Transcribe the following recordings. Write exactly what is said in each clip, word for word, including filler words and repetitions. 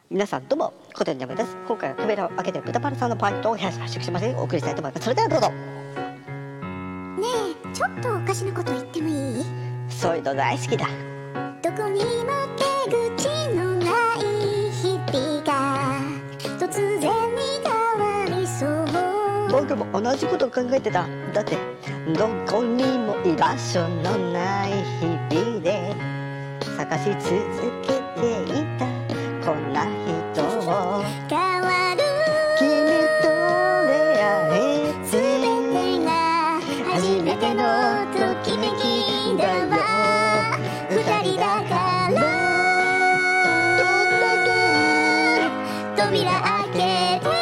皆さんどうも、コテンジャムです。今回は扉を開けて豚バラさんのポイントを発色しませんお送りしたいと思います。それではどうぞ。 ねえ、ちょっとおかしなこと言ってもいい？ そういうの大好きだ。 どこにも出口のない日々が突然に変わりそう。 僕も同じことを考えてた。だってどこにも居場所のない日々で探し続けていたこんな人を変わる君と出会えて全てが初めてのときめきだわ。二人だからどんだけ扉開けて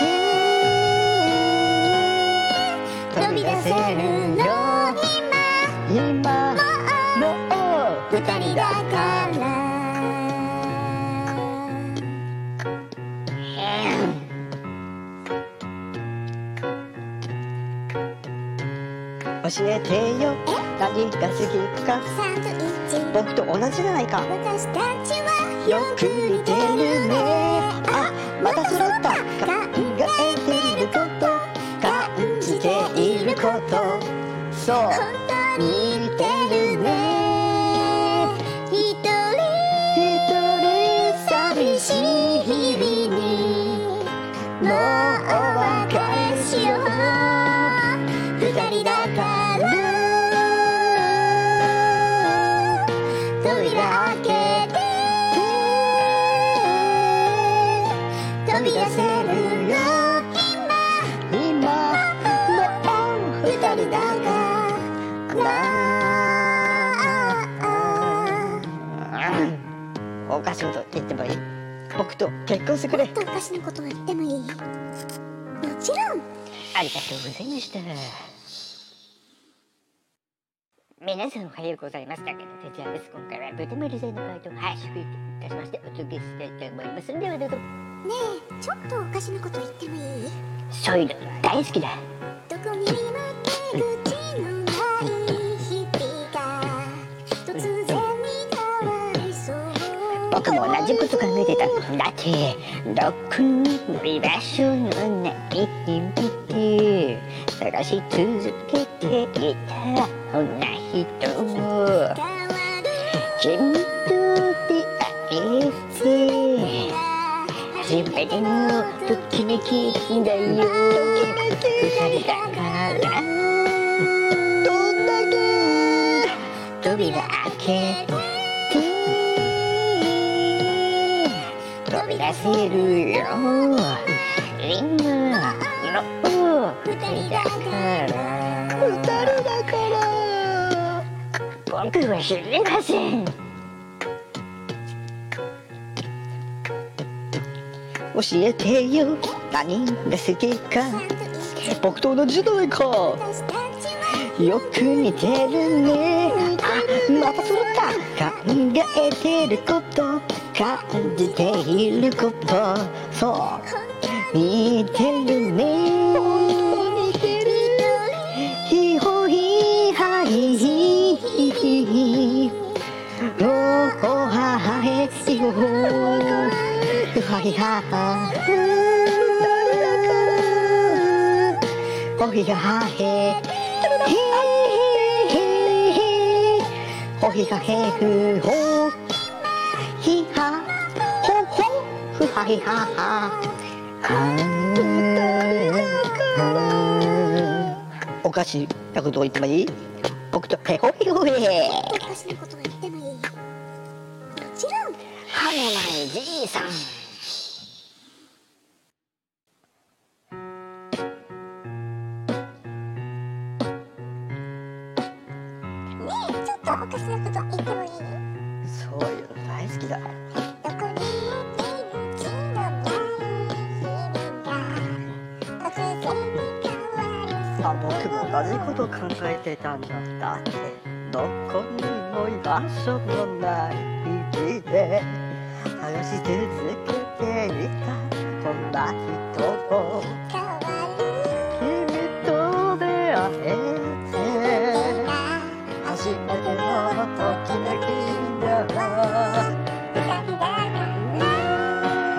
飛び出せるの今もう二人だから教えてよ何が好きか。 サンドイッチ僕と同じじゃないか。 私たちはよく似てるね。あ、また揃った。考えていること感じていることそう本当に似てるね。 一人一人寂しい日々にもうお別れしよう。 二人だから扉開けて飛び出せるよ今もう二人だからおかしいこと言ってもいい？僕と結婚してくれ。 もっとおかしなこと言ってもいい？もちろん。 ありがとうございました。皆さんおはようございます。だけど哲也です。今回は豚丸さんのパートを発色いたしましてお届けしたいと思います。ではどうぞ。 ねえ、ちょっとおかしなこと言ってもいい？ そういうの大好きだ。 どこにも出口のない日々が突然に変わりそう。 僕も同じこと考えてた。だってどこにも居場所のない日々で探し続けていたこんな人を君と出会えて初めてのときめきだよ。二人だからどんだけ扉開けて飛び出せるよ今の二人だから二人だから僕は知りません。教えてよ何が好きか。僕と同じじゃないか。よく似てるね。あ、また揃った。考えてること感じていることそう似てるね。似てる。ひほひはひひひひおほははへひほふはひははほひははへへへへほひはへふほひはほほふはひははおかしなことを言ってもいい？僕とへほへほへおかしなこと言ってもいい？もちろん。 はめないじいさん。 ねえ、ちょっとおかしなこと言ってもいい？ そういうの大好きだ。 どこにも出口のない日々が突然に変わりそう。 あ、僕も同じこと考えてたんだ。だってどこにも居場所のない日々で探し続けていたこんな人を変わる君と出会えて初めてのときめきだわ。 二人だから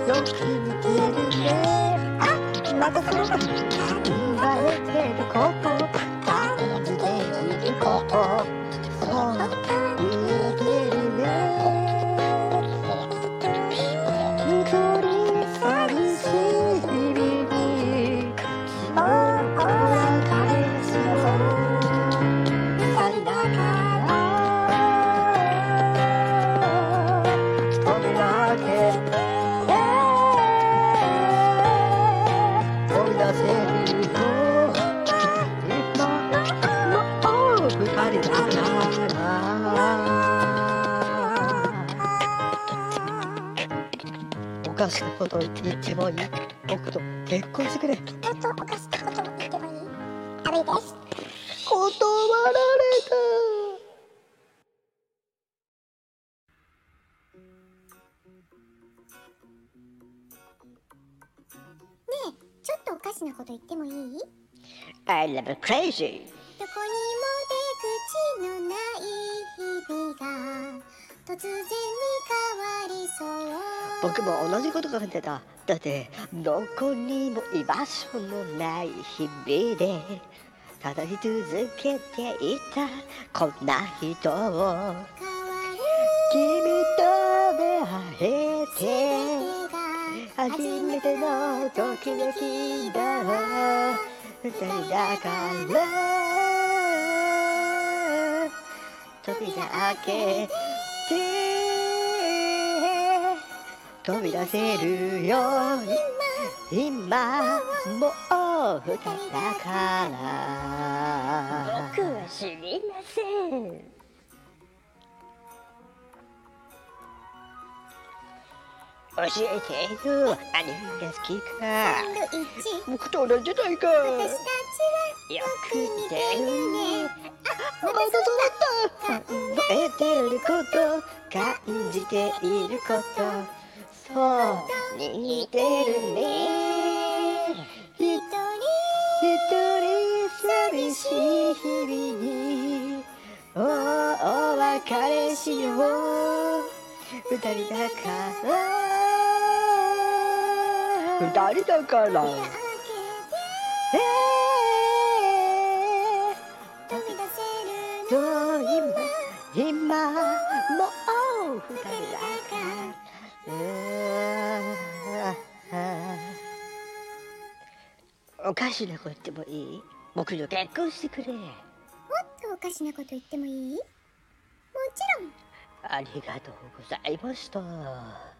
よく似てるね。あ、またその考えてること感じていることそう似てるね。一人寂しい日々にああ彼氏を二人だから一人だけ飛び出せるよ今もう二人だからおかしなこと言ってもいい僕と結婚してくれもっとおかしなこと言ってもいい？ダメです。 断られた。 ねえ、ちょっとおかしなこと言ってもいい？ I love crazy どこにも出口のない日々が突然に変わりそう。 僕も同じこと考えてた。だってどこにも居場所のない日々でただ居続けていたこんな人を変わる君と出会えて全てが初めてのときめきだ二人だから扉開けて飛び出せるよ今もう二人だから僕は知りません。教えてよ何が好きか。 サンドイッチ僕と同じじゃないか。 私たちはよく似てるね。 あ、ままたたそうそうだった。覚えてること感じていることそう似てるね。 一人一人寂しい日々にお別れしよう二人だから二人だから開けて飛び出せるそう今今もう二人だからおかしなこと言ってもいい？僕と結婚してくれ。 もっとおかしなこと言ってもいい？もちろん。 ありがとうございました。